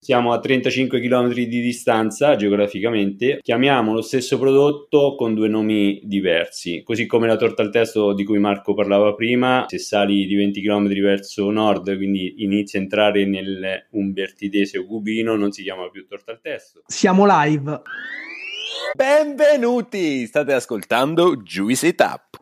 Siamo a 35 km di distanza geograficamente, chiamiamo lo stesso prodotto con due nomi diversi, così come la torta al testo di cui Marco parlava prima. Se sali di 20 km verso nord, quindi inizi a entrare nel umbertidese o gubino, non si chiama più torta al testo. Siamo live. Benvenuti! State ascoltando Juice It Up.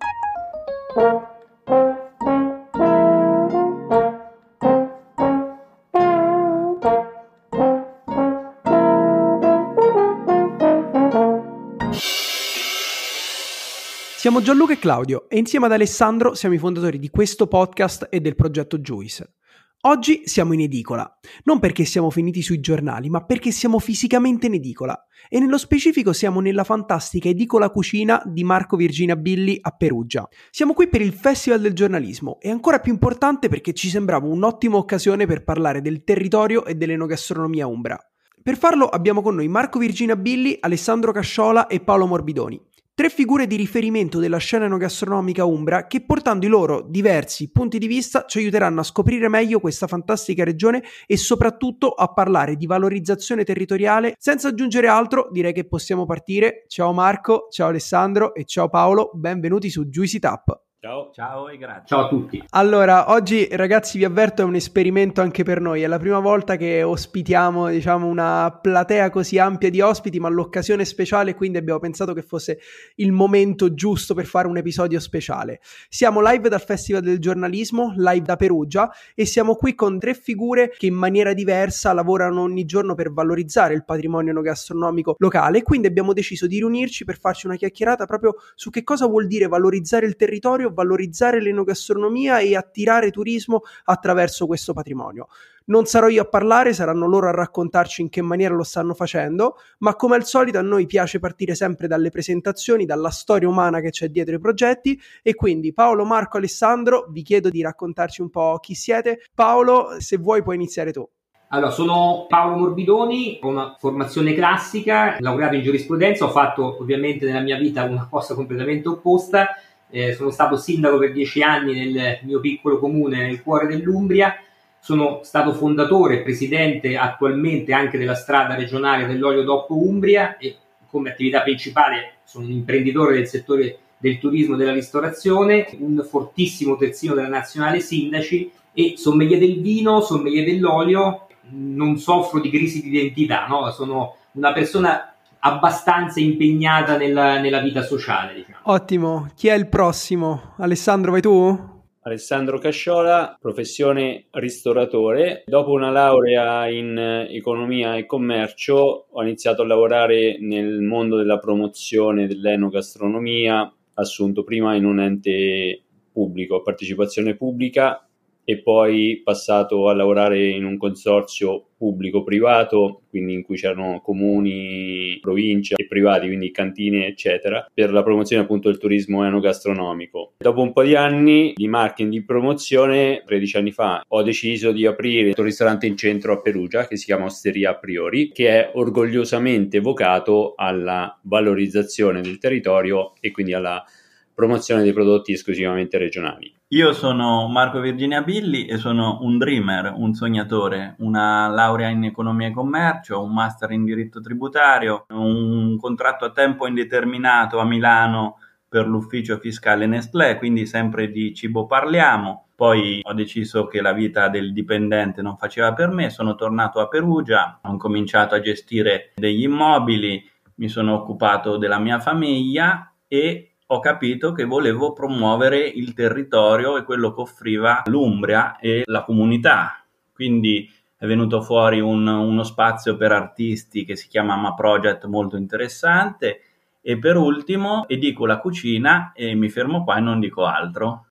Siamo Gianluca e Claudio e insieme ad Alessandro siamo i fondatori di questo podcast e del progetto Juice. Oggi siamo in edicola, non perché siamo finiti sui giornali, ma perché siamo fisicamente in edicola. E nello specifico siamo nella fantastica edicola cucina di Marco Virginia Billi a Perugia. Siamo qui per il Festival del Giornalismo e ancora più importante perché ci sembrava un'ottima occasione per parlare del territorio e dell'enogastronomia umbra. Per farlo abbiamo con noi Marco Virginia Billi, Alessandro Casciola e Paolo Morbidoni. Tre figure di riferimento della scena enogastronomica umbra che, portando i loro diversi punti di vista, ci aiuteranno a scoprire meglio questa fantastica regione e soprattutto a parlare di valorizzazione territoriale. Senza aggiungere altro, direi che possiamo partire. Ciao Marco, ciao Alessandro e ciao Paolo, benvenuti su Juice It Up. Ciao e grazie. Ciao a tutti. Allora, oggi ragazzi vi avverto è un esperimento anche per noi, è la prima volta che ospitiamo una platea così ampia di ospiti, ma l'occasione è speciale, quindi abbiamo pensato che fosse il momento giusto per fare un episodio speciale. Siamo live dal Festival del Giornalismo, live da Perugia, e siamo qui con tre figure che in maniera diversa lavorano ogni giorno per valorizzare il patrimonio enogastronomico locale, quindi abbiamo deciso di riunirci per farci una chiacchierata proprio su che cosa vuol dire valorizzare il territorio, valorizzare l'enogastronomia e attirare turismo attraverso questo patrimonio. Non sarò io a parlare, saranno loro a raccontarci in che maniera lo stanno facendo, ma come al solito a noi piace partire sempre dalle presentazioni, dalla storia umana che c'è dietro i progetti, e quindi Paolo, Marco, Alessandro, vi chiedo di raccontarci un po' chi siete. Paolo, se vuoi puoi iniziare tu. Allora, sono Paolo Morbidoni, ho una formazione classica, laureato in giurisprudenza, ho fatto ovviamente nella mia vita una cosa completamente opposta. Sono stato sindaco per 10 anni nel mio piccolo comune nel cuore dell'Umbria, sono stato fondatore e presidente attualmente anche della strada regionale dell'olio DOP Umbria e come attività principale sono un imprenditore del settore del turismo e della ristorazione, un fortissimo terzino della nazionale sindaci e sommelier del vino, sommelier dell'olio. Non soffro di crisi di identità, no? Sono una persona abbastanza impegnata nella vita sociale, diciamo. Ottimo, chi è il prossimo? Alessandro, vai tu? Alessandro Casciola, professione ristoratore. Dopo una laurea in economia e commercio ho iniziato a lavorare nel mondo della promozione dell'enogastronomia, assunto prima in un ente pubblico, a partecipazione pubblica, e poi passato a lavorare in un consorzio pubblico-privato, quindi in cui c'erano comuni, province e privati, quindi cantine eccetera, per la promozione appunto del turismo enogastronomico. Dopo un po' di anni di marketing di promozione, 13 anni fa, ho deciso di aprire un ristorante in centro a Perugia che si chiama Osteria a Priori, che è orgogliosamente vocato alla valorizzazione del territorio e quindi alla promozione dei prodotti esclusivamente regionali. Io sono Marco Virginia Billi e sono un dreamer, un sognatore, una laurea in economia e commercio, un master in diritto tributario, un contratto a tempo indeterminato a Milano per l'ufficio fiscale Nestlé, quindi sempre di cibo parliamo. Poi ho deciso che la vita del dipendente non faceva per me, sono tornato a Perugia, ho cominciato a gestire degli immobili, mi sono occupato della mia famiglia e ho capito che volevo promuovere il territorio e quello che offriva l'Umbria e la comunità. Quindi è venuto fuori uno spazio per artisti che si chiama Ma Project, molto interessante. E per ultimo, edicola cucina, e mi fermo qua e non dico altro.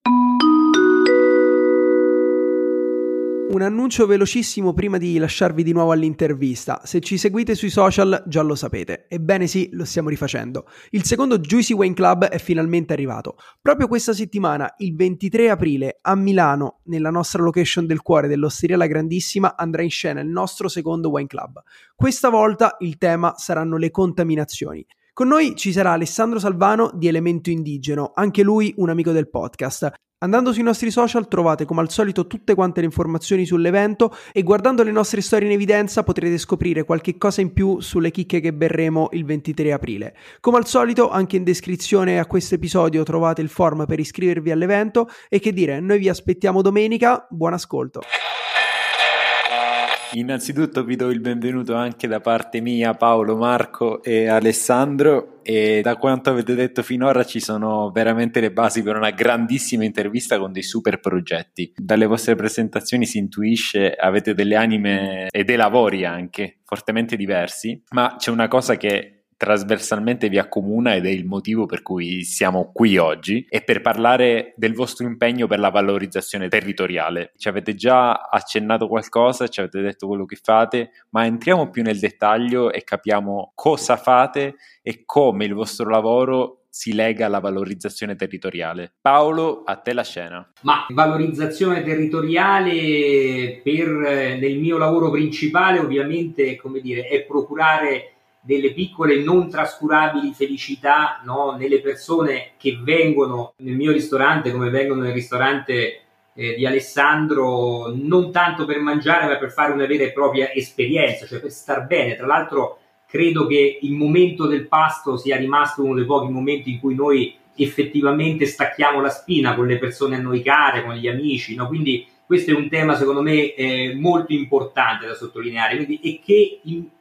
Un annuncio velocissimo prima di lasciarvi di nuovo all'intervista. Se ci seguite sui social già lo sapete. Ebbene sì, lo stiamo rifacendo. Il secondo Juicy Wine Club è finalmente arrivato. Proprio questa settimana, il 23 aprile, a Milano, nella nostra location del cuore dell'Osteria La Grandissima, andrà in scena il nostro secondo Wine Club. Questa volta il tema saranno le contaminazioni. Con noi ci sarà Alessandro Salvano di Elemento Indigeno, anche lui un amico del podcast. Andando sui nostri social trovate come al solito tutte quante le informazioni sull'evento e guardando le nostre storie in evidenza potrete scoprire qualche cosa in più sulle chicche che berremo il 23 aprile. Come al solito anche in descrizione a questo episodio trovate il form per iscrivervi all'evento e che dire, noi vi aspettiamo domenica, buon ascolto! Innanzitutto vi do il benvenuto anche da parte mia, Paolo, Marco e Alessandro, e da quanto avete detto finora ci sono veramente le basi per una grandissima intervista con dei super progetti. Dalle vostre presentazioni si intuisce avete delle anime e dei lavori anche fortemente diversi, ma c'è una cosa che trasversalmente vi accomuna ed è il motivo per cui siamo qui oggi e per parlare del vostro impegno per la valorizzazione territoriale. Ci avete già accennato qualcosa, ci avete detto quello che fate, ma entriamo più nel dettaglio e capiamo cosa fate e come il vostro lavoro si lega alla valorizzazione territoriale. Paolo, a te la scena. Ma valorizzazione territoriale nel mio lavoro principale ovviamente, come dire, è procurare delle piccole non trascurabili felicità, no? Nelle persone che vengono nel mio ristorante come vengono nel ristorante di Alessandro, non tanto per mangiare ma per fare una vera e propria esperienza, cioè per star bene. Tra l'altro credo che il momento del pasto sia rimasto uno dei pochi momenti in cui noi effettivamente stacchiamo la spina con le persone a noi care, con gli amici, no? Quindi questo è un tema secondo me molto importante da sottolineare, quindi, e che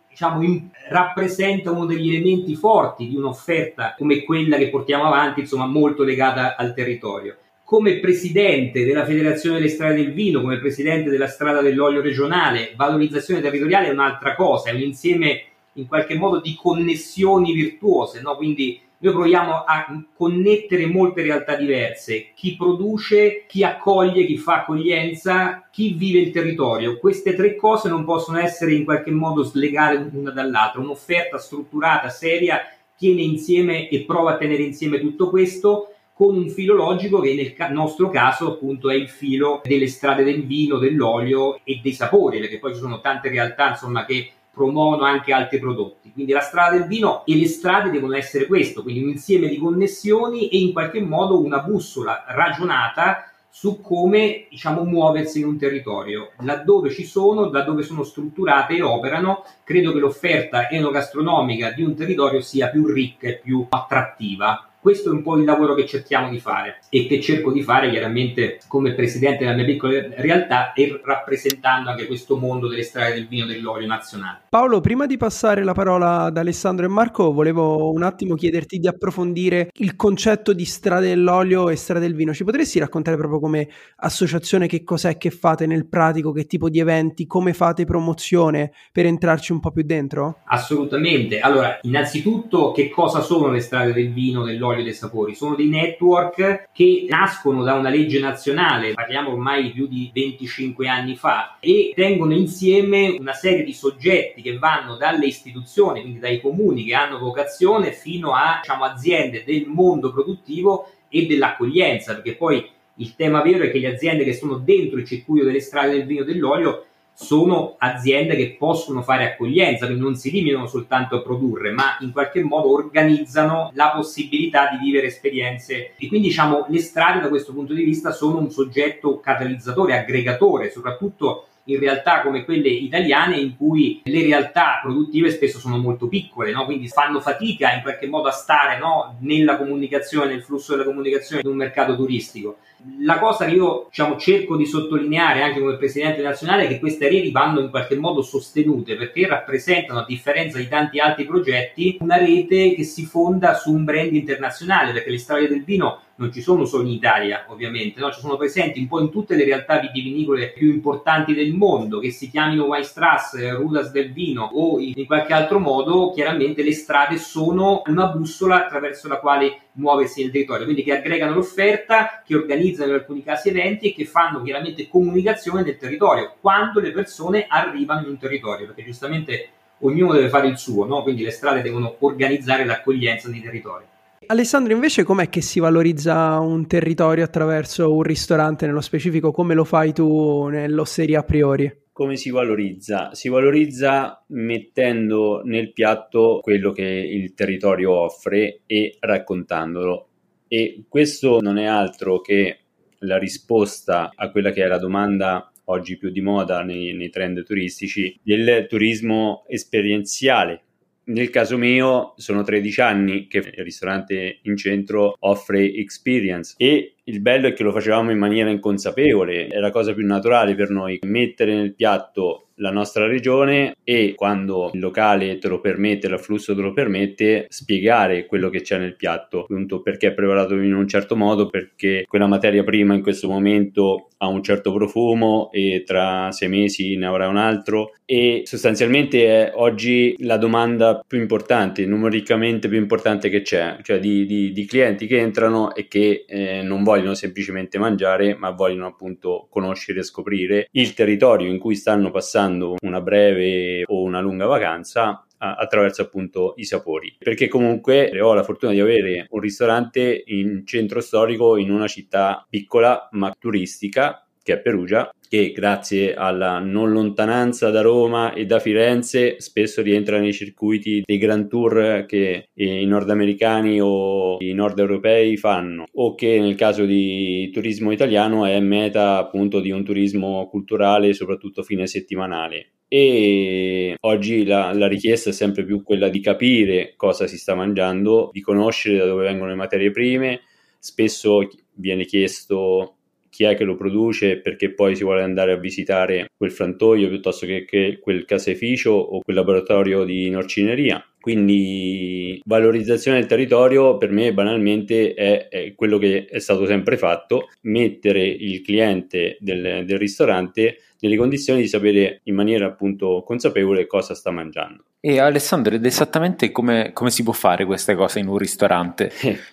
rappresenta uno degli elementi forti di un'offerta come quella che portiamo avanti, insomma molto legata al territorio. Come presidente della Federazione delle Strade del Vino, come presidente della Strada dell'Olio regionale, valorizzazione territoriale è un'altra cosa, è un insieme in qualche modo di connessioni virtuose, no? Quindi noi proviamo a connettere molte realtà diverse, chi produce, chi accoglie, chi fa accoglienza, chi vive il territorio. Queste tre cose non possono essere in qualche modo slegate una dall'altra. Un'offerta strutturata, seria, tiene insieme e prova a tenere insieme tutto questo con un filo logico che nel nostro caso appunto è il filo delle strade del vino, dell'olio e dei sapori, perché poi ci sono tante realtà insomma che promuovono anche altri prodotti. Quindi la strada del vino e le strade devono essere questo, quindi un insieme di connessioni e in qualche modo una bussola ragionata su come, muoversi in un territorio. Laddove ci sono, laddove sono strutturate e operano, credo che l'offerta enogastronomica di un territorio sia più ricca e più attrattiva. Questo è un po' il lavoro che cerchiamo di fare e che cerco di fare chiaramente come presidente della mia piccola realtà e rappresentando anche questo mondo delle strade del vino e dell'olio nazionale. Paolo, prima di passare la parola ad Alessandro e Marco, volevo un attimo chiederti di approfondire il concetto di strade dell'olio e strade del vino. Ci potresti raccontare proprio come associazione che cos'è che fate nel pratico, che tipo di eventi, come fate promozione per entrarci un po' più dentro? Assolutamente. Allora, innanzitutto che cosa sono le strade del vino, dell'olio e dei sapori? Sono dei network che nascono da una legge nazionale, parliamo ormai più di 25 anni fa, e tengono insieme una serie di soggetti che vanno dalle istituzioni, quindi dai comuni che hanno vocazione, fino a aziende del mondo produttivo e dell'accoglienza, perché poi il tema vero è che le aziende che sono dentro il circuito delle strade del vino e dell'olio sono aziende che possono fare accoglienza, quindi non si limitano soltanto a produrre, ma in qualche modo organizzano la possibilità di vivere esperienze. E quindi le strade da questo punto di vista sono un soggetto catalizzatore, aggregatore, soprattutto in realtà come quelle italiane in cui le realtà produttive spesso sono molto piccole, no? Quindi fanno fatica in qualche modo a stare, no? Nella comunicazione, nel flusso della comunicazione di un mercato turistico. La cosa che io cerco di sottolineare anche come presidente nazionale è che queste reti vanno in qualche modo sostenute, perché rappresentano, a differenza di tanti altri progetti, una rete che si fonda su un brand internazionale, perché le strade del vino non ci sono solo in Italia, ovviamente, no? Ci sono presenti un po' in tutte le realtà vitivinicole più importanti del mondo, che si chiamino Weinstraße, Rudas del Vino o in qualche altro modo. Chiaramente le strade sono una bussola attraverso la quale muoversi nel territorio, quindi che aggregano l'offerta, che organizzano in alcuni casi eventi e che fanno chiaramente comunicazione del territorio quando le persone arrivano in un territorio, perché giustamente ognuno deve fare il suo, no? Quindi le strade devono organizzare l'accoglienza nei territori. Alessandro, invece com'è che si valorizza un territorio attraverso un ristorante nello specifico? Come lo fai tu nell'Osteria a Priori? Come si valorizza? Si valorizza mettendo nel piatto quello che il territorio offre e raccontandolo. E questo non è altro che la risposta a quella che è la domanda oggi più di moda nei trend turistici del turismo esperienziale. Nel caso mio sono 13 anni che il ristorante in centro offre experience e il bello è che lo facevamo in maniera inconsapevole, è la cosa più naturale per noi mettere nel piatto la nostra regione e quando il locale te lo permette, l'afflusso te lo permette, spiegare quello che c'è nel piatto, appunto perché è preparato in un certo modo, perché quella materia prima in questo momento ha un certo profumo e tra 6 mesi ne avrà un altro, e sostanzialmente è oggi la domanda più importante, numericamente più importante che c'è, cioè di clienti che entrano e che non vogliono semplicemente mangiare, ma vogliono appunto conoscere e scoprire il territorio in cui stanno passando una breve o una lunga vacanza attraverso appunto i sapori, perché comunque ho la fortuna di avere un ristorante in centro storico in una città piccola ma turistica che è Perugia, che grazie alla non lontananza da Roma e da Firenze spesso rientra nei circuiti dei grand tour che i nordamericani o i nord europei fanno, o che nel caso di turismo italiano è meta appunto di un turismo culturale soprattutto fine settimanale. E oggi la richiesta è sempre più quella di capire cosa si sta mangiando, di conoscere da dove vengono le materie prime. Spesso viene chiesto chi è che lo produce, perché poi si vuole andare a visitare quel frantoio piuttosto che quel caseificio o quel laboratorio di norcineria. Quindi valorizzazione del territorio per me banalmente è quello che è stato sempre fatto, mettere il cliente del ristorante nelle condizioni di sapere in maniera appunto consapevole cosa sta mangiando. E Alessandro, ed esattamente come si può fare queste cose in un ristorante?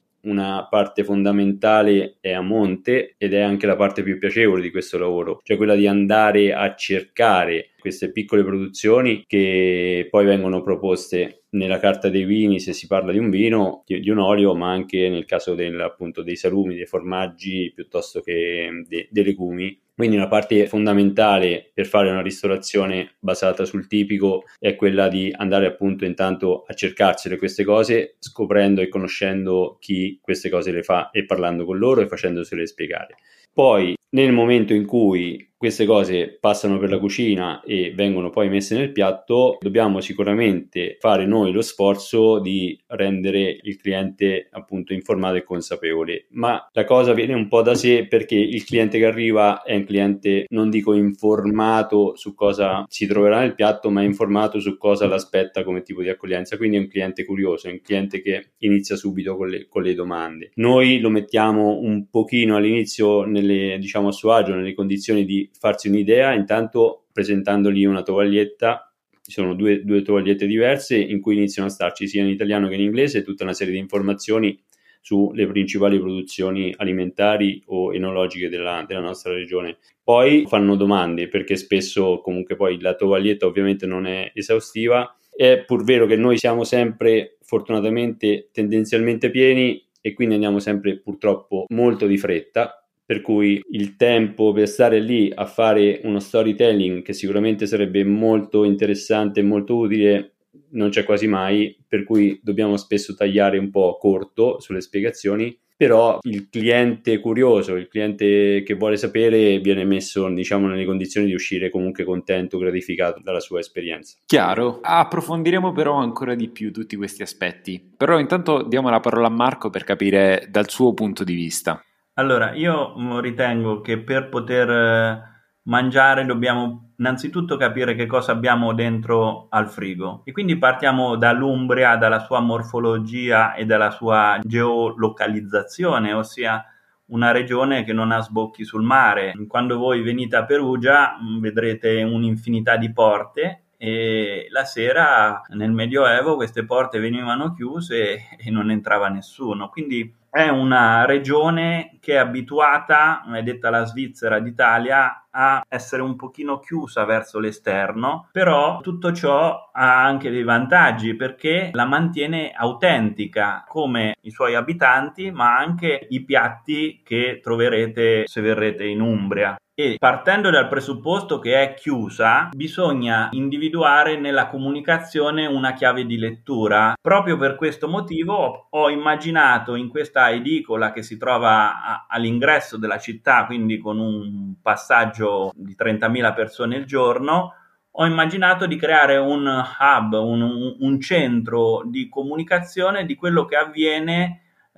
Una parte fondamentale è a monte ed è anche la parte più piacevole di questo lavoro, cioè quella di andare a cercare queste piccole produzioni che poi vengono proposte nella carta dei vini se si parla di un vino, di un olio, ma anche nel caso appunto dei salumi, dei formaggi piuttosto che dei legumi. Quindi una parte fondamentale per fare una ristorazione basata sul tipico è quella di andare appunto intanto a cercarsele queste cose, scoprendo e conoscendo chi queste cose le fa e parlando con loro e facendosele spiegare. Poi nel momento in cui queste cose passano per la cucina e vengono poi messe nel piatto, dobbiamo sicuramente fare noi lo sforzo di rendere il cliente appunto informato e consapevole, ma la cosa viene un po' da sé perché il cliente che arriva è un cliente, non dico informato su cosa si troverà nel piatto, ma informato su cosa l'aspetta come tipo di accoglienza, quindi è un cliente curioso, è un cliente che inizia subito con le domande. Noi lo mettiamo un pochino all'inizio diciamo a suo agio, nelle condizioni di farsi un'idea, intanto presentandogli una tovaglietta. Ci sono due tovagliette diverse in cui iniziano a starci sia in italiano che in inglese tutta una serie di informazioni sulle principali produzioni alimentari o enologiche della nostra regione. Poi fanno domande, perché spesso comunque poi la tovaglietta ovviamente non è esaustiva. È pur vero che noi siamo sempre fortunatamente tendenzialmente pieni e quindi andiamo sempre purtroppo molto di fretta, per cui il tempo per stare lì a fare uno storytelling che sicuramente sarebbe molto interessante e molto utile non c'è quasi mai, per cui dobbiamo spesso tagliare un po' corto sulle spiegazioni, però il cliente curioso, il cliente che vuole sapere viene messo diciamo nelle condizioni di uscire comunque contento, gratificato dalla sua esperienza. Chiaro, approfondiremo però ancora di più tutti questi aspetti, però intanto diamo la parola a Marco per capire dal suo punto di vista. Allora, io ritengo che per poter mangiare dobbiamo innanzitutto capire che cosa abbiamo dentro al frigo e quindi partiamo dall'Umbria, dalla sua morfologia e dalla sua geolocalizzazione, ossia una regione che non ha sbocchi sul mare. Quando voi venite a Perugia vedrete un'infinità di porte e la sera nel Medioevo queste porte venivano chiuse e non entrava nessuno, quindi è una regione che è abituata, è detta la Svizzera d'Italia, a essere un pochino chiusa verso l'esterno, però tutto ciò ha anche dei vantaggi perché la mantiene autentica come i suoi abitanti, ma anche i piatti che troverete se verrete in Umbria. E partendo dal presupposto che è chiusa, bisogna individuare nella comunicazione una chiave di lettura. Proprio per questo motivo ho immaginato in questa edicola che si trova all'ingresso della città, quindi con un passaggio di 30.000 persone al giorno, ho immaginato di creare un hub, un centro di comunicazione di quello che avviene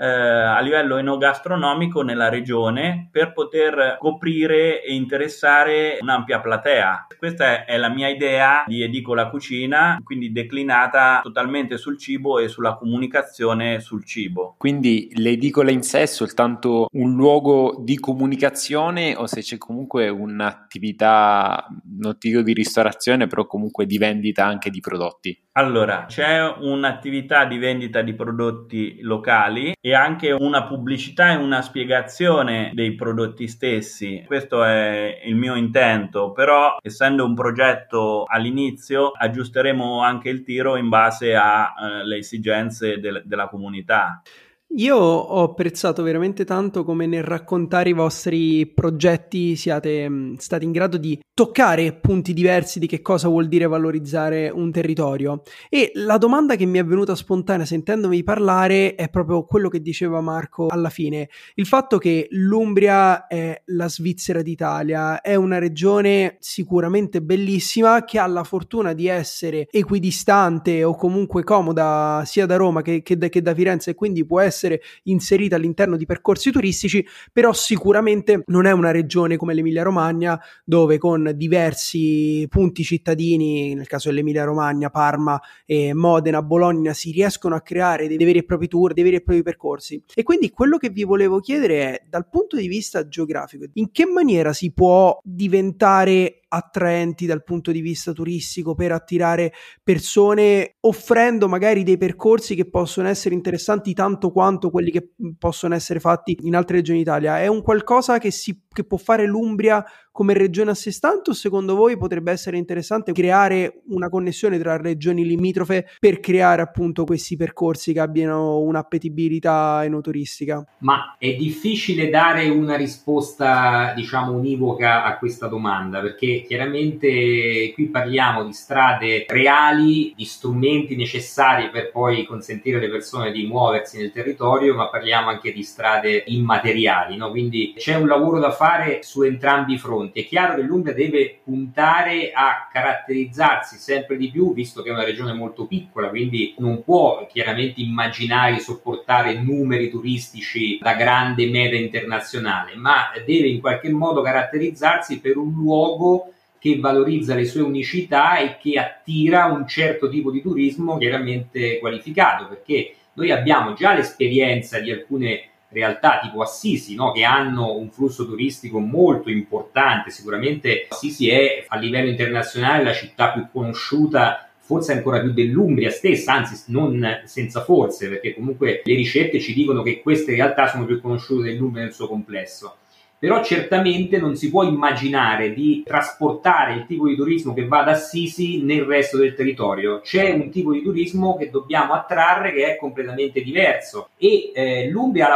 a livello enogastronomico nella regione, per poter coprire e interessare un'ampia platea. Questa è la mia idea di edicola cucina, quindi declinata totalmente sul cibo e sulla comunicazione sul cibo. Quindi l'edicola in sé è soltanto un luogo di comunicazione, o se c'è comunque un'attività, non dico di ristorazione, però comunque di vendita anche di prodotti? Allora, c'è un'attività di vendita di prodotti locali e anche una pubblicità e una spiegazione dei prodotti stessi. Questo è il mio intento, però essendo un progetto all'inizio aggiusteremo anche il tiro in base alle esigenze della comunità. Io ho apprezzato veramente tanto come nel raccontare i vostri progetti siate stati in grado di toccare punti diversi di che cosa vuol dire valorizzare un territorio. E la domanda che mi è venuta spontanea sentendomi parlare è proprio quello che diceva Marco alla fine. Il fatto che l'Umbria è la Svizzera d'Italia, è una regione sicuramente bellissima che ha la fortuna di essere equidistante o comunque comoda sia da Roma che da Firenze, e quindi può essere inserita all'interno di percorsi turistici, però sicuramente non è una regione come l'Emilia-Romagna, dove con diversi punti cittadini, nel caso dell'Emilia-Romagna, Parma, Modena, Bologna, si riescono a creare dei veri e propri tour, dei veri e propri percorsi. E quindi quello che vi volevo chiedere è, dal punto di vista geografico, in che maniera si può diventare attraenti dal punto di vista turistico per attirare persone, offrendo magari dei percorsi che possono essere interessanti tanto quanto quelli che possono essere fatti in altre regioni d'Italia? È un qualcosa che può fare l'Umbria come regione a sé stante, o secondo voi potrebbe essere interessante creare una connessione tra regioni limitrofe per creare appunto questi percorsi che abbiano un'appetibilità enoturistica? Ma è difficile dare una risposta, diciamo, univoca a questa domanda, perché chiaramente qui parliamo di strade reali, di strumenti necessari per poi consentire alle persone di muoversi nel territorio, ma parliamo anche di strade immateriali, no? Quindi c'è un lavoro da fare su entrambi i fronti. È chiaro che l'Umbria deve puntare a caratterizzarsi sempre di più, visto che è una regione molto piccola, quindi non può chiaramente immaginare di sopportare numeri turistici da grande meta internazionale, ma deve in qualche modo caratterizzarsi per un luogo che valorizza le sue unicità e che attira un certo tipo di turismo chiaramente qualificato, perché noi abbiamo già l'esperienza di alcune realtà tipo Assisi, no? Che hanno un flusso turistico molto importante. Sicuramente Assisi è a livello internazionale la città più conosciuta, forse ancora più dell'Umbria stessa, anzi non senza forse, perché comunque le ricerche ci dicono che queste realtà sono più conosciute dell'Umbria nel suo complesso. Però certamente non si può immaginare di trasportare il tipo di turismo che va da Assisi nel resto del territorio. C'è un tipo di turismo che dobbiamo attrarre che è completamente diverso, e l'Umbria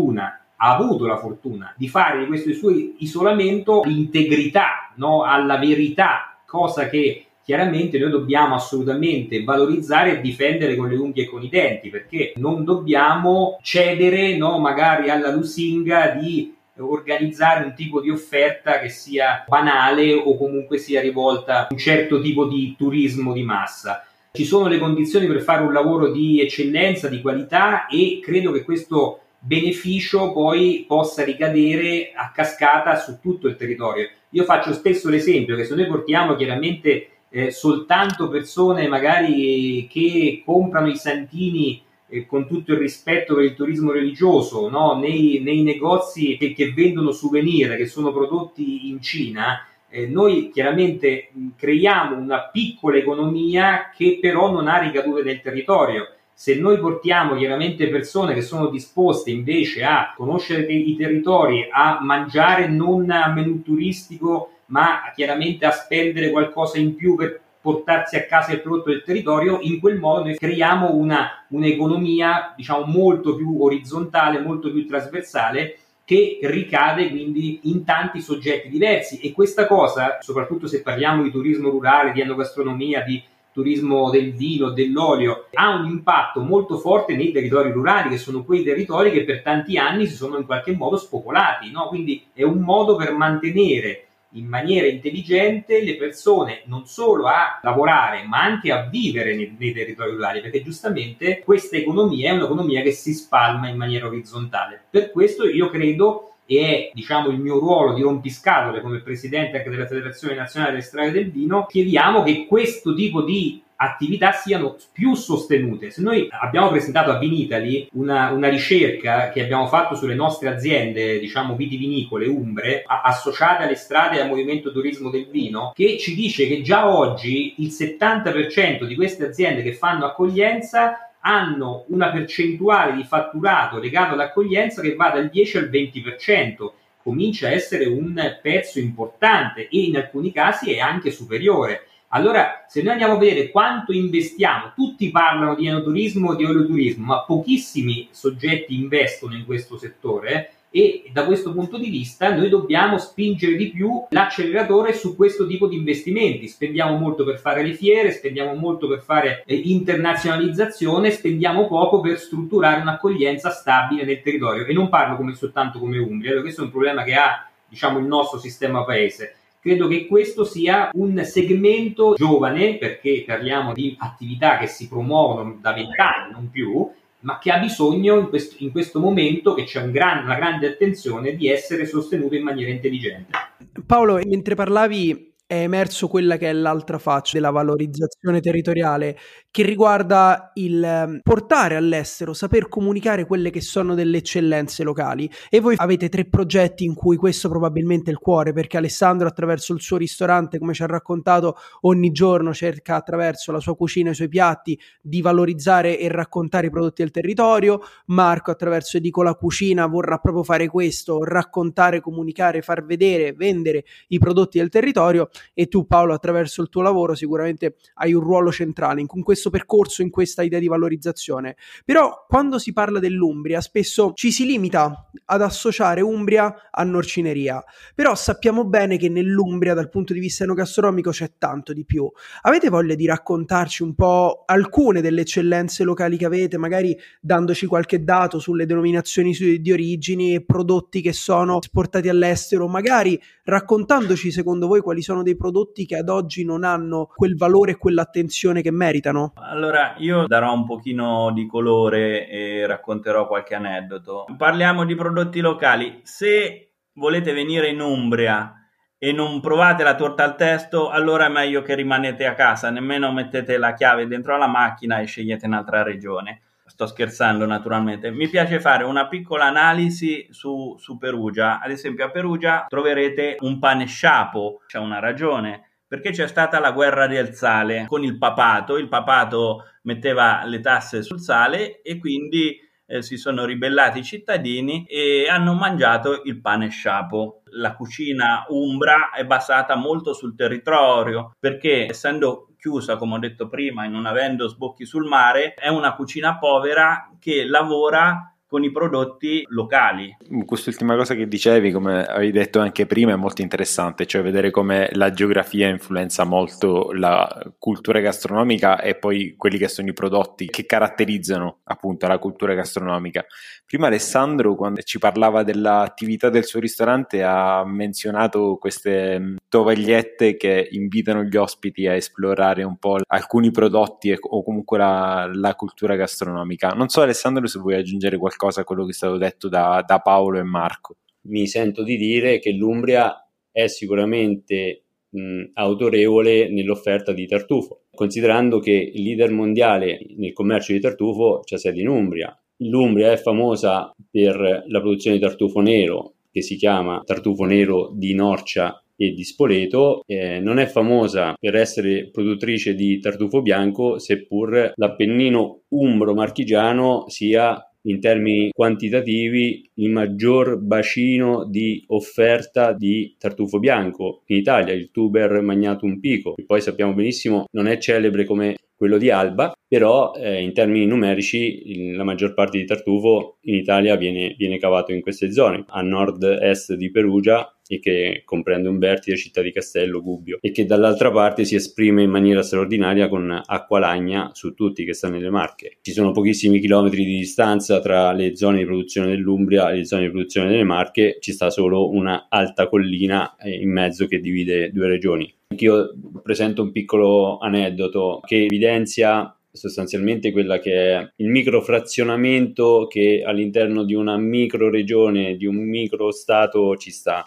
ha avuto la fortuna di fare di questo suo isolamento l'integrità, no? Alla verità, cosa che chiaramente noi dobbiamo assolutamente valorizzare e difendere con le unghie e con i denti, perché non dobbiamo cedere, no? Magari alla lusinga di organizzare un tipo di offerta che sia banale o comunque sia rivolta a un certo tipo di turismo di massa. Ci sono le condizioni per fare un lavoro di eccellenza, di qualità, e credo che questo beneficio poi possa ricadere a cascata su tutto il territorio. Io faccio spesso l'esempio che se noi portiamo chiaramente soltanto persone magari che comprano i santini, con tutto il rispetto per il turismo religioso, no? nei negozi che vendono souvenir, che sono prodotti in Cina, noi chiaramente creiamo una piccola economia che però non ha ricadute nel territorio. Se noi portiamo chiaramente persone che sono disposte invece a conoscere i territori, a mangiare non a menù turistico, ma chiaramente a spendere qualcosa in più per portarsi a casa il prodotto del territorio, in quel modo noi creiamo un'economia, diciamo, molto più orizzontale, molto più trasversale, che ricade quindi in tanti soggetti diversi, e questa cosa, soprattutto se parliamo di turismo rurale, di enogastronomia, di turismo del vino, dell'olio, ha un impatto molto forte nei territori rurali, che sono quei territori che per tanti anni si sono in qualche modo spopolati, no? Quindi è un modo per mantenere in maniera intelligente le persone non solo a lavorare ma anche a vivere nei territori rurali, perché giustamente questa economia è un'economia che si spalma in maniera orizzontale. Per questo io credo, e è diciamo il mio ruolo di rompiscatole come presidente anche della Federazione Nazionale delle Strade del Vino, chiediamo che questo tipo di attività siano più sostenute. Se noi abbiamo presentato a Vinitaly una ricerca che abbiamo fatto sulle nostre aziende, diciamo vitivinicole umbre, associate alle strade e al movimento turismo del vino, che ci dice che già oggi il 70% di queste aziende che fanno accoglienza hanno una percentuale di fatturato legato all'accoglienza che va dal 10 al 20%. Comincia a essere un pezzo importante e in alcuni casi è anche superiore. Allora, se noi andiamo a vedere quanto investiamo, tutti parlano di enoturismo, di oleoturismo, ma pochissimi soggetti investono in questo settore, e da questo punto di vista noi dobbiamo spingere di più l'acceleratore su questo tipo di investimenti. Spendiamo molto per fare le fiere, spendiamo molto per fare internazionalizzazione, spendiamo poco per strutturare un'accoglienza stabile nel territorio, e non parlo soltanto come Umbria. Allora, questo è un problema che ha, diciamo, il nostro sistema paese. Credo che questo sia un segmento giovane, perché parliamo di attività che si promuovono da 20 anni, non più, ma che ha bisogno in questo momento, che c'è una grande attenzione, di essere sostenuto in maniera intelligente. Paolo, mentre parlavi è emerso quella che è l'altra faccia della valorizzazione territoriale, che riguarda il portare all'estero, saper comunicare quelle che sono delle eccellenze locali. E voi avete 3 progetti in cui questo probabilmente è il cuore, perché Alessandro, attraverso il suo ristorante, come ci ha raccontato, ogni giorno cerca, attraverso la sua cucina e i suoi piatti, di valorizzare e raccontare i prodotti del territorio. Marco, attraverso Edicola Cucina, vorrà proprio fare questo: raccontare, comunicare, far vedere, vendere i prodotti del territorio. E tu, Paolo, attraverso il tuo lavoro sicuramente hai un ruolo centrale in questo percorso, in questa idea di valorizzazione. Però quando si parla dell'Umbria spesso ci si limita ad associare Umbria a Norcineria, però sappiamo bene che nell'Umbria dal punto di vista enogastronomico c'è tanto di più. Avete voglia di raccontarci un po' alcune delle eccellenze locali che avete, magari dandoci qualche dato sulle denominazioni di origini e prodotti che sono esportati all'estero, magari raccontandoci secondo voi quali sono dei prodotti che ad oggi non hanno quel valore e quell'attenzione che meritano? Allora, io darò un pochino di colore e racconterò qualche aneddoto. Parliamo di prodotti locali. Se volete venire in Umbria e non provate la torta al testo, allora è meglio che rimanete a casa, nemmeno mettete la chiave dentro la macchina e scegliete un'altra regione. Sto scherzando, naturalmente. Mi piace fare una piccola analisi su Perugia. Ad esempio, a Perugia troverete un pane sciapo. C'è una ragione, perché c'è stata la guerra del sale con il papato. Il papato metteva le tasse sul sale e quindi si sono ribellati i cittadini e hanno mangiato il pane sciapo. La cucina umbra è basata molto sul territorio, perché essendo chiusa, come ho detto prima, e non avendo sbocchi sul mare, è una cucina povera che lavora con i prodotti locali. Quest'ultima cosa che dicevi, come avevi detto anche prima, è molto interessante, cioè vedere come la geografia influenza molto la cultura gastronomica e poi quelli che sono i prodotti che caratterizzano appunto la cultura gastronomica. Prima Alessandro, quando ci parlava dell'attività del suo ristorante, ha menzionato queste tovagliette che invitano gli ospiti a esplorare un po' alcuni prodotti o comunque la cultura gastronomica. Non so, Alessandro, se vuoi aggiungere qualcosa a quello che è stato detto da Paolo e Marco. Mi sento di dire che l'Umbria è sicuramente autorevole nell'offerta di tartufo, considerando che il leader mondiale nel commercio di tartufo c'è sede in Umbria. L'Umbria è famosa per la produzione di tartufo nero, che si chiama tartufo nero di Norcia e di Spoleto. Non è famosa per essere produttrice di tartufo bianco, seppur l'Appennino umbro-marchigiano sia in termini quantitativi il maggior bacino di offerta di tartufo bianco in Italia, il Tuber Magnatum Pico, che poi sappiamo benissimo non è celebre come quello di Alba, però in termini numerici la maggior parte di tartufo in Italia viene cavato in queste zone, a nord-est di Perugia, e che comprende Umbertide, Città di Castello, Gubbio, e che dall'altra parte si esprime in maniera straordinaria con acqua lagna su tutti, che sta nelle Marche. Ci sono pochissimi chilometri di distanza tra le zone di produzione dell'Umbria e le zone di produzione delle Marche, ci sta solo una alta collina in mezzo che divide due regioni. Anch'io presento un piccolo aneddoto che evidenzia sostanzialmente quella che è il microfrazionamento che all'interno di una microregione, di un microstato ci sta.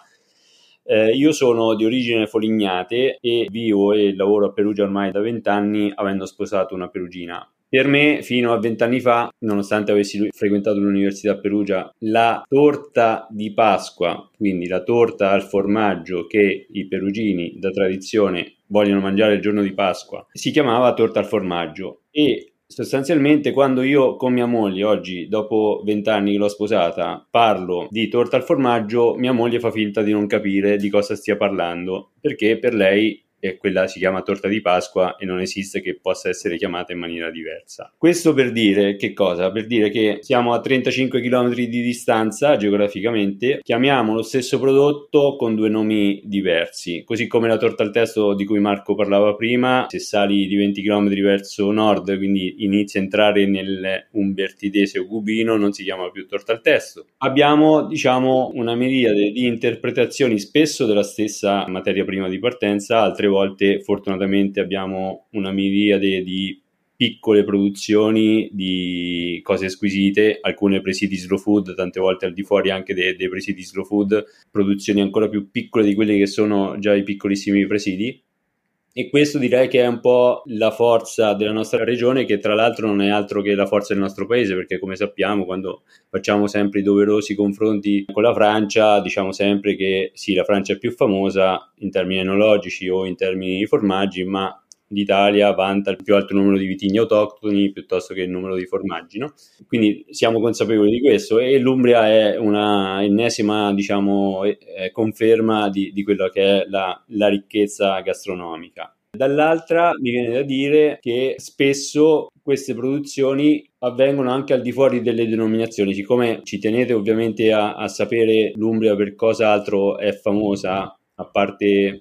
Io sono di origine folignate e vivo e lavoro a Perugia ormai da 20 anni, avendo sposato una perugina. Per me, fino a 20 anni fa, nonostante avessi frequentato l'università a Perugia, la torta di Pasqua, quindi la torta al formaggio che i perugini da tradizione vogliono mangiare il giorno di Pasqua, si chiamava torta al formaggio. E sostanzialmente quando io con mia moglie oggi, dopo 20 anni che l'ho sposata, parlo di torta al formaggio, mia moglie fa finta di non capire di cosa stia parlando, perché per lei quella si chiama torta di Pasqua e non esiste che possa essere chiamata in maniera diversa. Questo per dire che cosa? Per dire che siamo a 35 km di distanza geograficamente, chiamiamo lo stesso prodotto con due nomi diversi, così come la torta al testo di cui Marco parlava prima, se sali di 20 km verso nord, quindi inizi a entrare nel umbertidese o gubino, non si chiama più torta al testo. Abbiamo, una miriade di interpretazioni spesso della stessa materia prima di partenza, altre volte fortunatamente abbiamo una miriade di piccole produzioni di cose squisite, alcune presidi slow food, tante volte al di fuori anche dei presidi slow food, produzioni ancora più piccole di quelle che sono già i piccolissimi presidi. E questo direi che è un po' la forza della nostra regione, che tra l'altro non è altro che la forza del nostro paese, perché come sappiamo, quando facciamo sempre i doverosi confronti con la Francia, diciamo sempre che sì, la Francia è più famosa in termini enologici o in termini di formaggi, ma l'Italia vanta il più alto numero di vitigni autoctoni piuttosto che il numero di formaggi, no? Quindi siamo consapevoli di questo, e l'Umbria è una ennesima, conferma di quello che è la ricchezza gastronomica. Dall'altra mi viene da dire che spesso queste produzioni avvengono anche al di fuori delle denominazioni. Siccome ci tenete ovviamente a sapere l'Umbria per cosa altro è famosa, a parte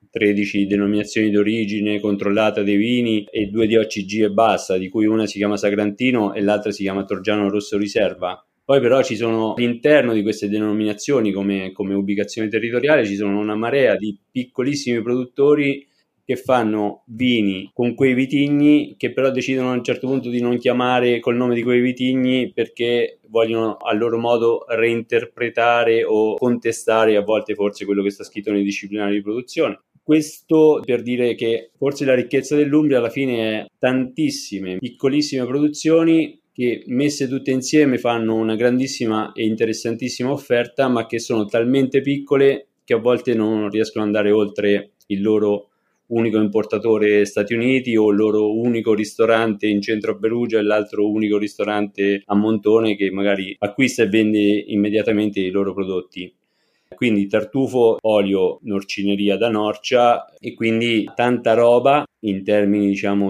13 denominazioni d'origine controllata dei vini e 2 di OCG e basta, di cui una si chiama Sagrantino e l'altra si chiama Torgiano Rosso Riserva. Poi però ci sono all'interno di queste denominazioni, come ubicazione territoriale, ci sono una marea di piccolissimi produttori che fanno vini con quei vitigni, che però decidono a un certo punto di non chiamare col nome di quei vitigni perché vogliono a loro modo reinterpretare o contestare a volte forse quello che sta scritto nei disciplinari di produzione. Questo per dire che forse la ricchezza dell'Umbria alla fine è tantissime piccolissime produzioni che messe tutte insieme fanno una grandissima e interessantissima offerta, ma che sono talmente piccole che a volte non riescono ad andare oltre il loro unico importatore Stati Uniti o il loro unico ristorante in centro a Perugia e l'altro unico ristorante a Montone, che magari acquista e vende immediatamente i loro prodotti. Quindi tartufo, olio, norcineria da Norcia, e quindi tanta roba in termini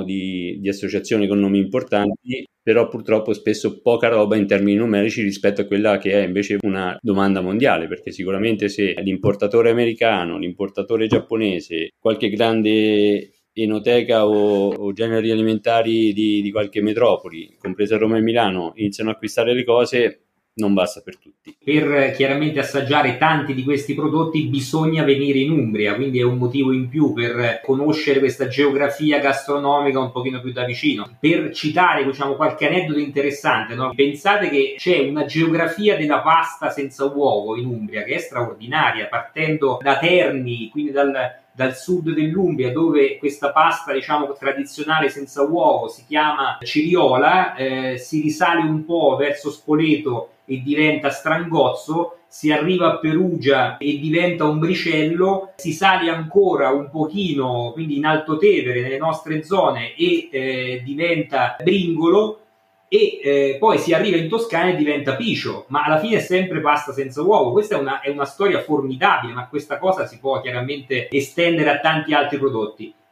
di associazione con nomi importanti, però purtroppo spesso poca roba in termini numerici rispetto a quella che è invece una domanda mondiale, perché sicuramente se l'importatore americano, l'importatore giapponese, qualche grande enoteca o generi alimentari di qualche metropoli, compresa Roma e Milano, iniziano a acquistare le cose, non basta per tutti. Per chiaramente assaggiare tanti di questi prodotti bisogna venire in Umbria, quindi è un motivo in più per conoscere questa geografia gastronomica un pochino più da vicino. Per citare qualche aneddoto interessante, no? Pensate che c'è una geografia della pasta senza uovo in Umbria che è straordinaria, partendo da Terni, quindi dal sud dell'Umbria, dove questa pasta tradizionale senza uovo si chiama ciriola, si risale un po' verso Spoleto e diventa Strangozzo, si arriva a Perugia e diventa Umbricello, si sale ancora un pochino, quindi in Alto Tevere, nelle nostre zone, e diventa Bringolo, e poi si arriva in Toscana e diventa Picio, ma alla fine è sempre pasta senza uovo. Questa è una storia formidabile, ma questa cosa si può chiaramente estendere a tanti altri prodotti.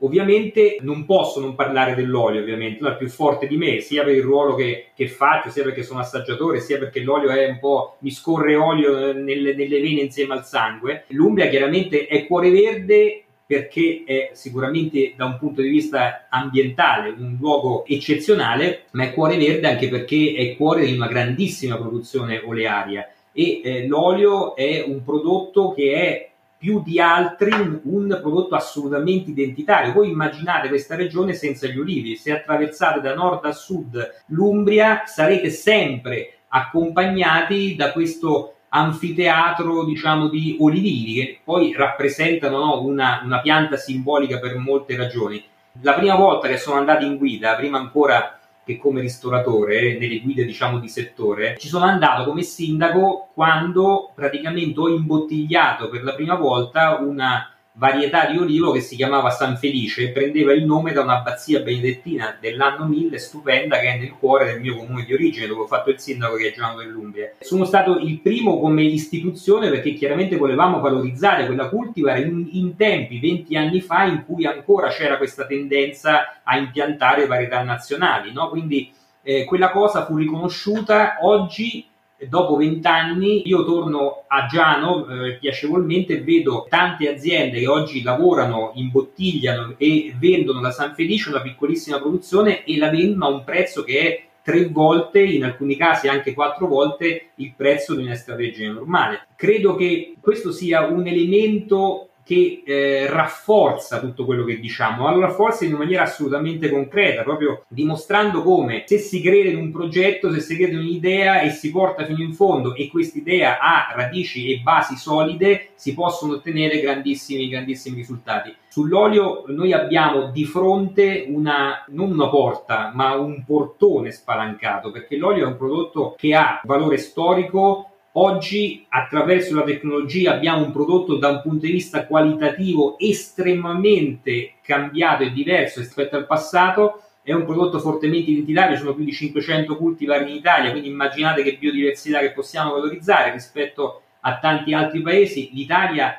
Ovviamente non posso non parlare dell'olio, ovviamente, no, è più forte di me, sia per il ruolo che faccio, sia perché sono assaggiatore, sia perché l'olio è un po', mi scorre olio nelle vene insieme al sangue. L'Umbria chiaramente è cuore verde perché è sicuramente da un punto di vista ambientale un luogo eccezionale, ma è cuore verde anche perché è cuore di una grandissima produzione olearia e l'olio è un prodotto che è più di altri un prodotto assolutamente identitario. Voi immaginate questa regione senza gli ulivi, se attraversate da nord a sud l'Umbria sarete sempre accompagnati da questo anfiteatro, diciamo, di olivini che poi rappresentano, no, una pianta simbolica per molte ragioni. La prima volta che sono andato in guida, prima ancora che come ristoratore, nelle guide, diciamo, di settore, ci sono andato come sindaco quando praticamente ho imbottigliato per la prima volta una varietà di olivo che si chiamava San Felice e prendeva il nome da un'abbazia benedettina dell'anno 1000 stupenda che è nel cuore del mio comune di origine, dove ho fatto il sindaco, che è Giano dell'Umbria. Sono stato il primo come istituzione perché chiaramente volevamo valorizzare quella cultivar in tempi 20 anni fa in cui ancora c'era questa tendenza a impiantare varietà nazionali, no? Quindi quella cosa fu riconosciuta. Oggi, dopo 20 anni, io torno a Giano piacevolmente e vedo tante aziende che oggi lavorano, imbottigliano e vendono la San Felice, una piccolissima produzione, e la vendono a un prezzo che è 3 volte, in alcuni casi anche 4 volte il prezzo di un extravergine normale. Credo che questo sia un elemento che rafforza tutto quello che diciamo, ma lo rafforza in una maniera assolutamente concreta, proprio dimostrando come se si crede in un progetto, se si crede in un'idea e si porta fino in fondo e quest'idea ha radici e basi solide, si possono ottenere grandissimi risultati. Sull'olio noi abbiamo di fronte non una porta, ma un portone spalancato, perché l'olio è un prodotto che ha valore storico. Oggi, attraverso la tecnologia, abbiamo un prodotto da un punto di vista qualitativo estremamente cambiato e diverso rispetto al passato. È un prodotto fortemente identitario, sono più di 500 cultivar in Italia, quindi immaginate che biodiversità che possiamo valorizzare rispetto a tanti altri paesi. L'Italia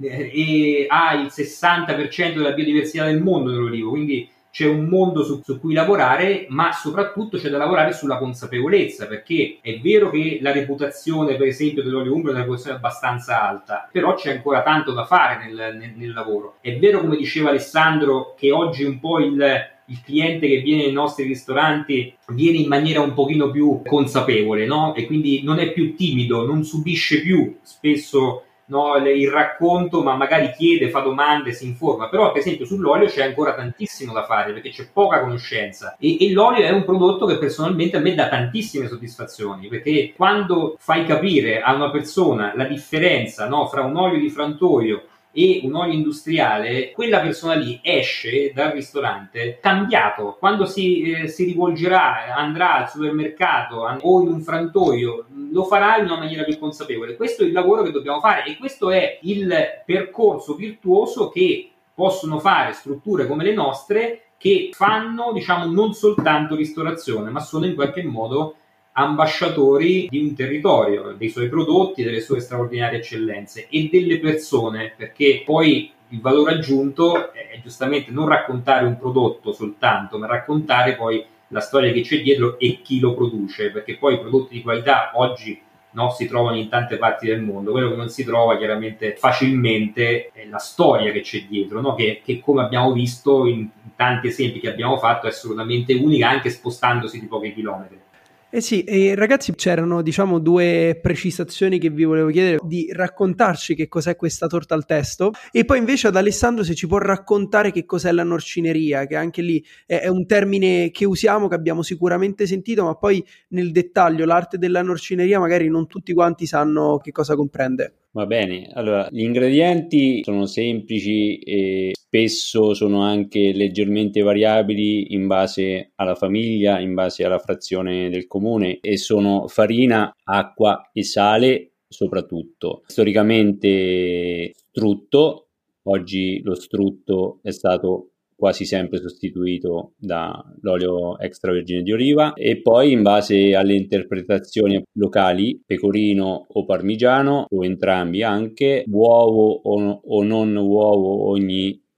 ha il 60% della biodiversità del mondo nell'olivo, quindi c'è un mondo su cui lavorare, ma soprattutto c'è da lavorare sulla consapevolezza, perché è vero che la reputazione, per esempio, dell'olio umbro è una reputazione abbastanza alta, però c'è ancora tanto da fare nel lavoro. È vero, come diceva Alessandro, che oggi un po' il cliente che viene nei nostri ristoranti viene in maniera un pochino più consapevole, no? E quindi non è più timido, non subisce più spesso, no, il racconto, ma magari chiede, fa domande, si informa. Però per esempio sull'olio c'è ancora tantissimo da fare perché c'è poca conoscenza e l'olio è un prodotto che personalmente a me dà tantissime soddisfazioni, perché quando fai capire a una persona la differenza, no, fra un olio di frantoio e un olio industriale, quella persona lì esce dal ristorante cambiato. Quando si rivolgerà, andrà al supermercato o in un frantoio, lo farà in una maniera più consapevole. Questo è il lavoro che dobbiamo fare e questo è il percorso virtuoso che possono fare strutture come le nostre, che fanno, diciamo, non soltanto ristorazione, ma sono in qualche modo ambasciatori di un territorio, dei suoi prodotti, delle sue straordinarie eccellenze e delle persone, perché poi il valore aggiunto è giustamente non raccontare un prodotto soltanto, ma raccontare poi la storia che c'è dietro e chi lo produce, perché poi i prodotti di qualità oggi, no, si trovano in tante parti del mondo. Quello che non si trova chiaramente facilmente è la storia che c'è dietro, no? che come abbiamo visto in tanti esempi che abbiamo fatto è assolutamente unica, anche spostandosi di pochi chilometri. Eh sì, ragazzi, c'erano, diciamo, 2 precisazioni che vi volevo chiedere: di raccontarci che cos'è questa torta al testo, e poi invece ad Alessandro se ci può raccontare che cos'è la norcineria, che anche lì è un termine che usiamo, che abbiamo sicuramente sentito, ma poi nel dettaglio l'arte della norcineria magari non tutti quanti sanno che cosa comprende. Va bene, allora gli ingredienti sono semplici e spesso sono anche leggermente variabili in base alla famiglia, in base alla frazione del comune, e sono farina, acqua e sale soprattutto. Storicamente strutto, oggi lo strutto è stato quasi sempre sostituito dall'olio extravergine di oliva, e poi in base alle interpretazioni locali pecorino o parmigiano o entrambi, anche uovo o non uovo ogni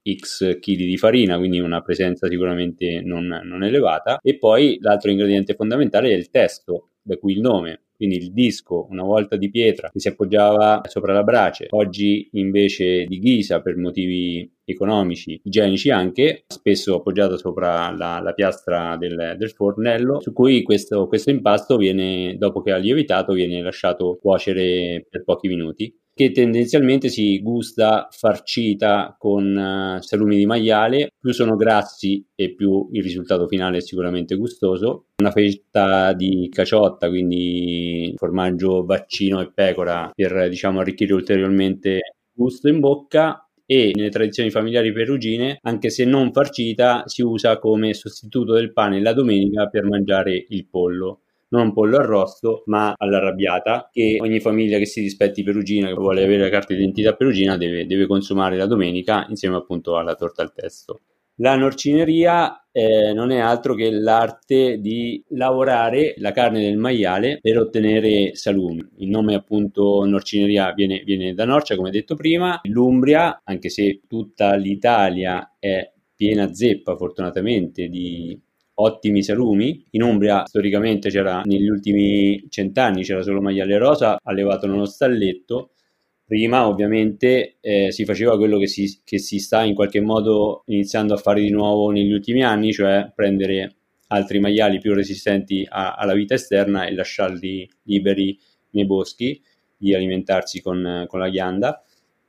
X chili di farina, quindi una presenza sicuramente non elevata. E poi l'altro ingrediente fondamentale è il testo, da cui il nome. Quindi il disco, una volta di pietra, che si appoggiava sopra la brace, oggi invece di ghisa per motivi economici, igienici anche, spesso appoggiato sopra la piastra del fornello, su cui questo impasto viene, dopo che ha lievitato, viene lasciato cuocere per pochi minuti, che tendenzialmente si gusta farcita con salumi di maiale. Più sono grassi e più il risultato finale è sicuramente gustoso. Una fetta di caciotta, quindi formaggio vaccino e pecora, per diciamo arricchire ulteriormente il gusto in bocca. E nelle tradizioni familiari perugine, anche se non farcita, si usa come sostituto del pane la domenica per mangiare il pollo. Non pollo arrosto, ma all'arrabbiata, che ogni famiglia che si rispetti perugina, che vuole avere la carta d'identità perugina, deve consumare la domenica insieme appunto alla torta al pesto. La norcineria non è altro che l'arte di lavorare la carne del maiale per ottenere salumi. Il nome appunto norcineria viene da Norcia, come detto prima. L'Umbria, anche se tutta l'Italia è piena zeppa fortunatamente di ottimi salumi. In Umbria storicamente negli ultimi 100 anni c'era solo maiale rosa allevato nello stalletto. Prima ovviamente si faceva quello che si sta in qualche modo iniziando a fare di nuovo negli ultimi anni, cioè prendere altri maiali più resistenti alla vita esterna e lasciarli liberi nei boschi di alimentarsi con la ghianda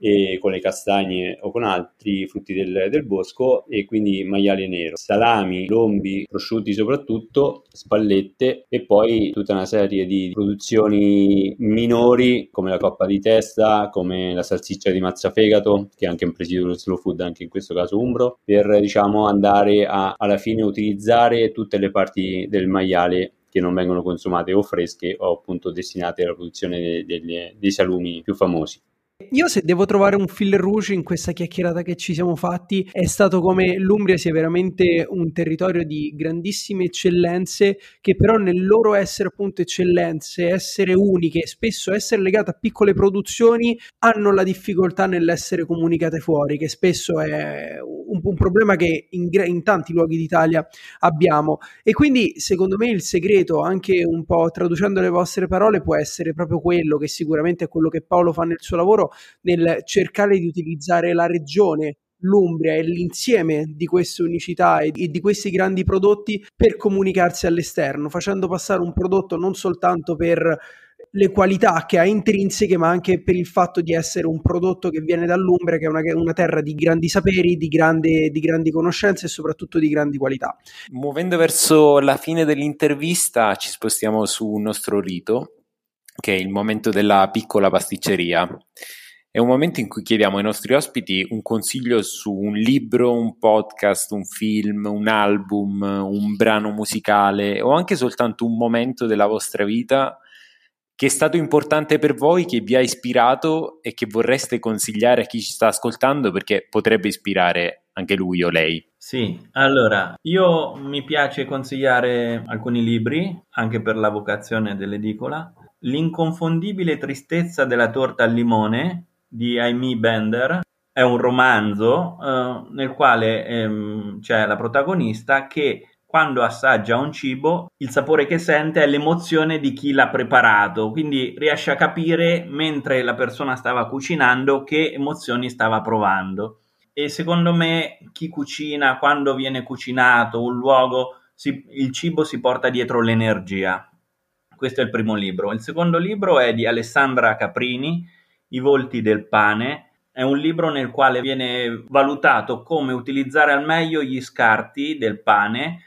e con le castagne o con altri frutti del bosco, e quindi maiale nero, salami, lombi, prosciutti soprattutto, spallette, e poi tutta una serie di produzioni minori come la coppa di testa, come la salsiccia di mazzafegato, che è anche un presidio dello slow food, anche in questo caso umbro, per diciamo andare alla fine utilizzare tutte le parti del maiale che non vengono consumate o fresche o appunto destinate alla produzione dei salumi più famosi. Io, se devo trovare un fil rouge in questa chiacchierata che ci siamo fatti, è stato come l'Umbria sia veramente un territorio di grandissime eccellenze, che però nel loro essere appunto eccellenze, essere uniche, spesso essere legate a piccole produzioni, hanno la difficoltà nell'essere comunicate fuori, che spesso è un problema che in tanti luoghi d'Italia abbiamo. E quindi secondo me il segreto, anche un po' traducendo le vostre parole, può essere proprio quello, che sicuramente è quello che Paolo fa nel suo lavoro, nel cercare di utilizzare la regione, l'Umbria e l'insieme di queste unicità e di questi grandi prodotti per comunicarsi all'esterno, facendo passare un prodotto non soltanto per le qualità che ha intrinseche, ma anche per il fatto di essere un prodotto che viene dall'Umbria, che è una terra di grandi saperi, di grandi conoscenze e soprattutto di grandi qualità. Muovendo verso la fine dell'intervista, ci spostiamo su un nostro rito, che è il momento della piccola pasticceria. È un momento in cui chiediamo ai nostri ospiti un consiglio su un libro, un podcast, un film, un album, un brano musicale o anche soltanto un momento della vostra vita che è stato importante per voi, che vi ha ispirato e che vorreste consigliare a chi ci sta ascoltando, perché potrebbe ispirare anche lui o lei. Sì, allora, io mi piace consigliare alcuni libri, anche per la vocazione dell'edicola. L'inconfondibile tristezza della torta al limone di Amy Bender è un romanzo nel quale c'è la protagonista che, quando assaggia un cibo, il sapore che sente è l'emozione di chi l'ha preparato, quindi riesce a capire, mentre la persona stava cucinando, che emozioni stava provando. E secondo me chi cucina, quando viene cucinato un luogo, il cibo si porta dietro l'energia. Questo è il primo libro. Il secondo libro è di Alessandra Caprini, I volti del pane. È un libro nel quale viene valutato come utilizzare al meglio gli scarti del pane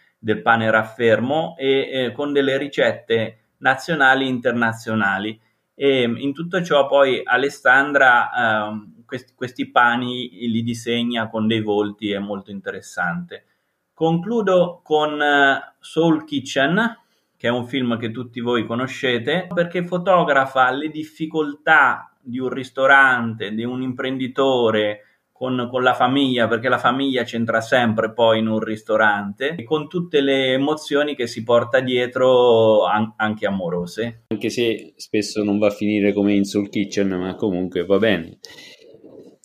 raffermo, e con delle ricette nazionali e internazionali. E in tutto ciò poi Alessandra questi pani li disegna con dei volti, è molto interessante. Concludo con Soul Kitchen, che è un film che tutti voi conoscete, perché fotografa le difficoltà di un ristorante, di un imprenditore con la famiglia, perché la famiglia c'entra sempre poi in un ristorante, e con tutte le emozioni che si porta dietro, anche amorose. Anche se spesso non va a finire come in Soul Kitchen, ma comunque va bene.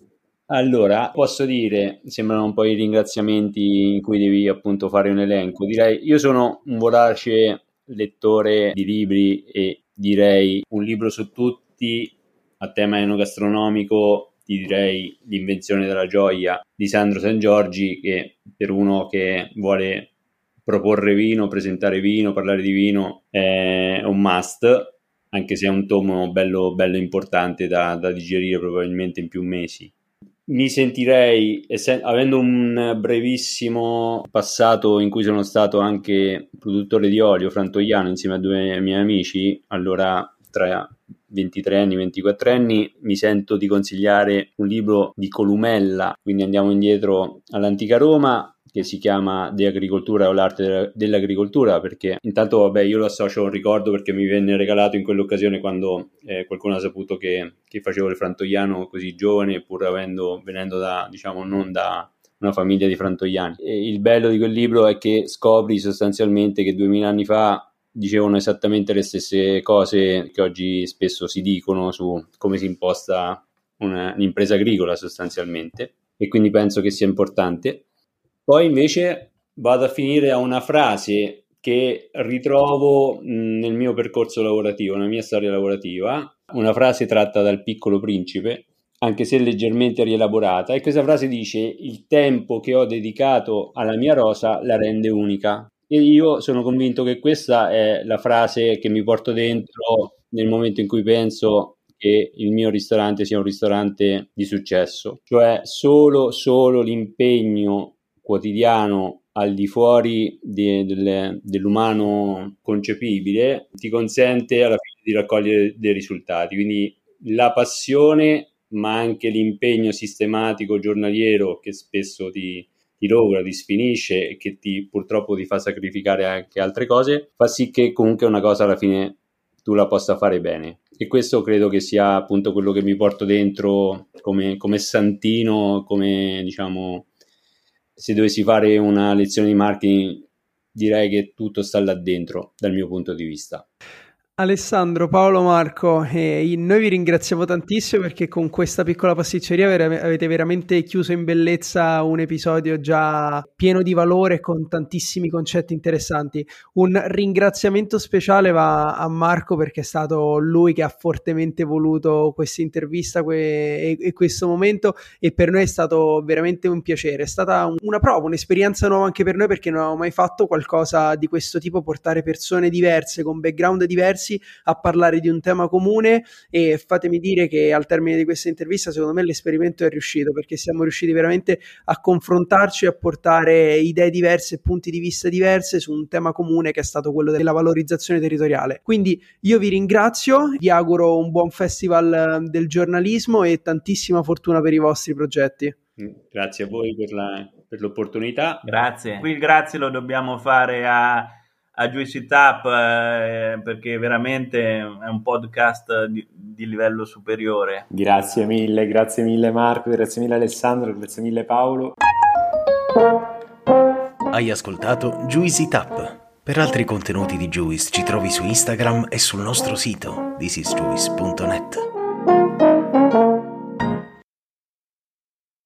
Allora, posso dire, sembrano un po' i ringraziamenti in cui devi appunto fare un elenco. Direi, io sono un vorace lettore di libri e direi un libro su tutti a tema enogastronomico, ti direi L'invenzione della gioia di Sandro Sangiorgi, che per uno che vuole proporre vino, presentare vino, parlare di vino è un must, anche se è un tomo bello, bello importante da digerire probabilmente in più mesi. Mi sentirei, avendo un brevissimo passato in cui sono stato anche produttore di olio frantoiano insieme a 2 miei amici, allora tra 23 anni e 24 anni, mi sento di consigliare un libro di Columella, quindi andiamo indietro all'antica Roma, che si chiama De Agricoltura o l'arte dell'agricoltura, perché intanto vabbè, io lo associo a un ricordo perché mi venne regalato in quell'occasione quando qualcuno ha saputo che facevo il frantoiano così giovane, pur venendo da, diciamo, non da una famiglia di frantoiani. E il bello di quel libro è che scopri sostanzialmente che 2000 anni fa dicevano esattamente le stesse cose che oggi spesso si dicono su come si imposta un'impresa agricola sostanzialmente, e quindi penso che sia importante. Poi invece vado a finire a una frase che ritrovo nel mio percorso lavorativo, nella mia storia lavorativa, una frase tratta dal Piccolo Principe, anche se leggermente rielaborata, e questa frase dice: il tempo che ho dedicato alla mia rosa la rende unica. E io sono convinto che questa è la frase che mi porto dentro nel momento in cui penso che il mio ristorante sia un ristorante di successo, cioè solo l'impegno quotidiano al di fuori dell'umano concepibile ti consente alla fine di raccogliere dei risultati. Quindi la passione, ma anche l'impegno sistematico giornaliero che spesso ti logora, ti sfinisce e che purtroppo ti fa sacrificare anche altre cose, fa sì che comunque una cosa alla fine tu la possa fare bene. E questo credo che sia appunto quello che mi porto dentro come santino, come, diciamo, se dovessi fare una lezione di marketing, direi che tutto sta là dentro dal mio punto di vista. Alessandro, Paolo, Marco, noi vi ringraziamo tantissimo perché con questa piccola pasticceria avete veramente chiuso in bellezza un episodio già pieno di valore e con tantissimi concetti interessanti. Un ringraziamento speciale va a Marco perché è stato lui che ha fortemente voluto questa intervista e questo momento, e per noi è stato veramente un piacere. È stata una prova, un'esperienza nuova anche per noi perché non avevamo mai fatto qualcosa di questo tipo, portare persone diverse con background diversi a parlare di un tema comune, e fatemi dire che al termine di questa intervista secondo me l'esperimento è riuscito, perché siamo riusciti veramente a confrontarci e a portare idee diverse e punti di vista diverse su un tema comune che è stato quello della valorizzazione territoriale. Quindi io vi ringrazio, vi auguro un buon festival del giornalismo e tantissima fortuna per i vostri progetti. Grazie a voi per l'opportunità. Grazie. Qui il grazie lo dobbiamo fare a Juicy Tap perché veramente è un podcast di livello superiore. Grazie mille Marco, grazie mille Alessandro, grazie mille Paolo. Hai ascoltato Juicy Tap. Per altri contenuti di Juice ci trovi su Instagram e sul nostro sito thisisjuice.net.